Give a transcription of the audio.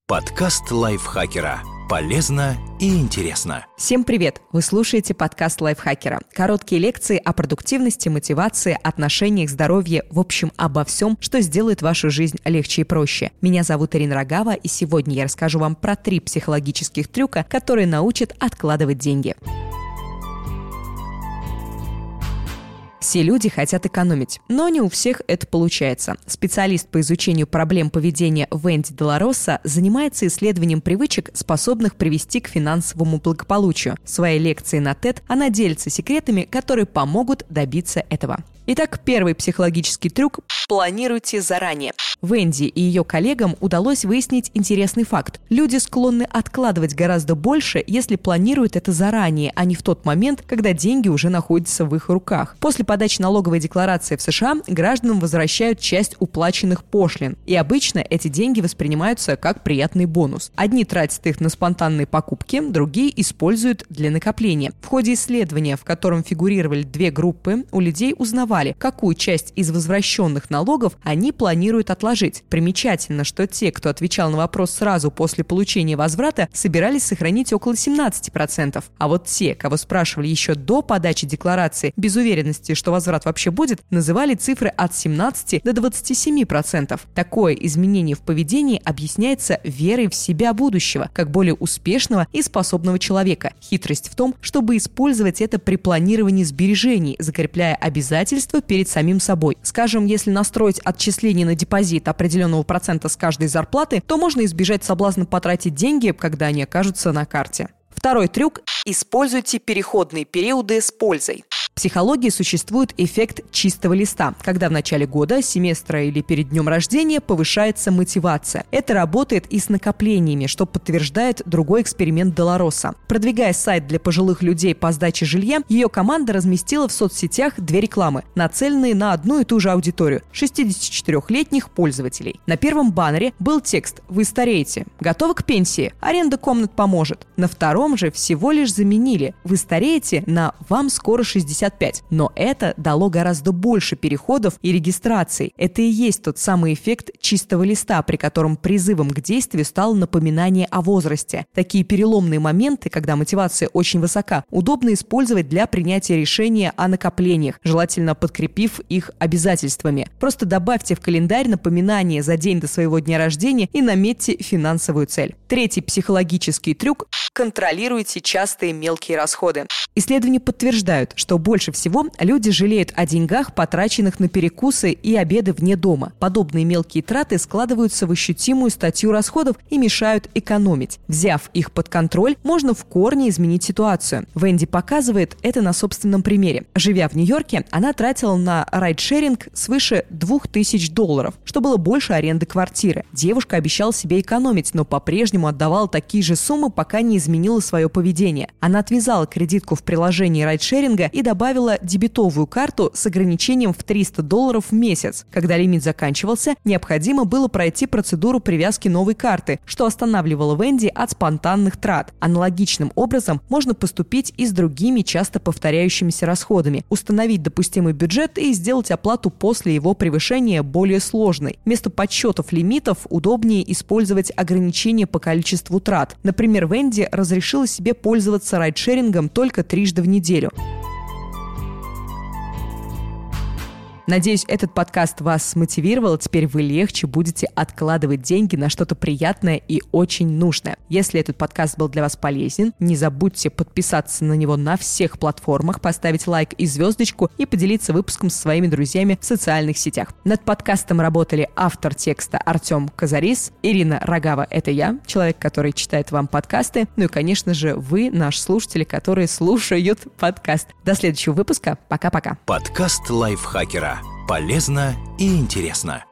Подкаст лайфхакера. Полезно и интересно. Всем привет! Вы слушаете подкаст лайфхакера. Короткие лекции о продуктивности, мотивации, отношениях, здоровье, в общем, обо всем, что сделает вашу жизнь легче и проще. Меня зовут Ирина Рогава, и сегодня я расскажу вам про 3 психологических трюка, которые научат откладывать деньги. Все люди хотят экономить, но не у всех это получается. Специалист по изучению проблем поведения Венди Делароса занимается исследованием привычек, способных привести к финансовому благополучию. В своей лекции на TED она делится секретами, которые помогут добиться этого. Итак, первый психологический трюк – планируйте заранее. Венди и ее коллегам удалось выяснить интересный факт. Люди склонны откладывать гораздо больше, если планируют это заранее, а не в тот момент, когда деньги уже находятся в их руках. После подачи налоговой декларации в США гражданам возвращают часть уплаченных пошлин. И обычно эти деньги воспринимаются как приятный бонус. Одни тратят их на спонтанные покупки, другие используют для накопления. В ходе исследования, в котором фигурировали 2 группы, у людей узнавали, какую часть из возвращенных налогов они планируют отложить. Примечательно, что те, кто отвечал на вопрос сразу после получения возврата, собирались сохранить около 17%. А вот те, кого спрашивали еще до подачи декларации, без уверенности, что возврат вообще будет, называли цифры от 17 до 27%. Такое изменение в поведении объясняется верой в себя будущего, как более успешного и способного человека. Хитрость в том, чтобы использовать это при планировании сбережений, закрепляя обязательства перед самим собой. Скажем, если настроить отчисление на депозит определенного процента с каждой зарплаты, то можно избежать соблазна потратить деньги, когда они окажутся на карте. Второй трюк – используйте переходные периоды с пользой. В психологии существует эффект чистого листа, когда в начале года, семестра или перед днем рождения повышается мотивация. Это работает и с накоплениями, что подтверждает другой эксперимент Делароса. Продвигая сайт для пожилых людей по сдаче жилья, ее команда разместила в соцсетях 2 рекламы, нацеленные на одну и ту же аудиторию – 64-летних пользователей. На первом баннере был текст «Вы стареете. Готовы к пенсии? Аренда комнат поможет». На втором же всего лишь заменили «Вы стареете» на «Вам скоро 65». Но это дало гораздо больше переходов и регистраций. Это и есть тот самый эффект чистого листа, при котором призывом к действию стало напоминание о возрасте. Такие переломные моменты, когда мотивация очень высока, удобно использовать для принятия решения о накоплениях, желательно подкрепив их обязательствами. Просто добавьте в календарь напоминание за день до своего дня рождения и наметьте финансовую цель. Третий психологический трюк – контролируйте частые мелкие расходы. Исследования подтверждают, что больше всего люди жалеют о деньгах, потраченных на перекусы и обеды вне дома. Подобные мелкие траты складываются в ощутимую статью расходов и мешают экономить. Взяв их под контроль, можно в корне изменить ситуацию. Венди показывает это на собственном примере. Живя в Нью-Йорке, она тратила на райдшеринг свыше $2000, что было больше аренды квартиры. Девушка обещала себе экономить, но по-прежнему отдавала такие же суммы, пока не изменила свое поведение. Она отвязала кредитку в приложении райдшеринга и добавила дебетовую карту с ограничением в $300 в месяц. Когда лимит заканчивался, необходимо было пройти процедуру привязки новой карты, что останавливало Венди от спонтанных трат. Аналогичным образом можно поступить и с другими часто повторяющимися расходами, установить допустимый бюджет и сделать оплату после его превышения более сложной. Вместо подсчетов лимитов удобнее использовать ограничения по количеству трат. Например, Венди разрешила себе пользоваться райдшерингом только 3 раза в неделю. Надеюсь, этот подкаст вас смотивировал, теперь вы легче будете откладывать деньги на что-то приятное и очень нужное. Если этот подкаст был для вас полезен, не забудьте подписаться на него на всех платформах, поставить лайк и звездочку и поделиться выпуском со своими друзьями в социальных сетях. Над подкастом работали автор текста Артем Казарис, Ирина Рогава – это я, человек, который читает вам подкасты, ну и, конечно же, вы, наши слушатели, которые слушают подкаст. До следующего выпуска. Пока-пока. Подкаст лайфхакера. Полезно и интересно.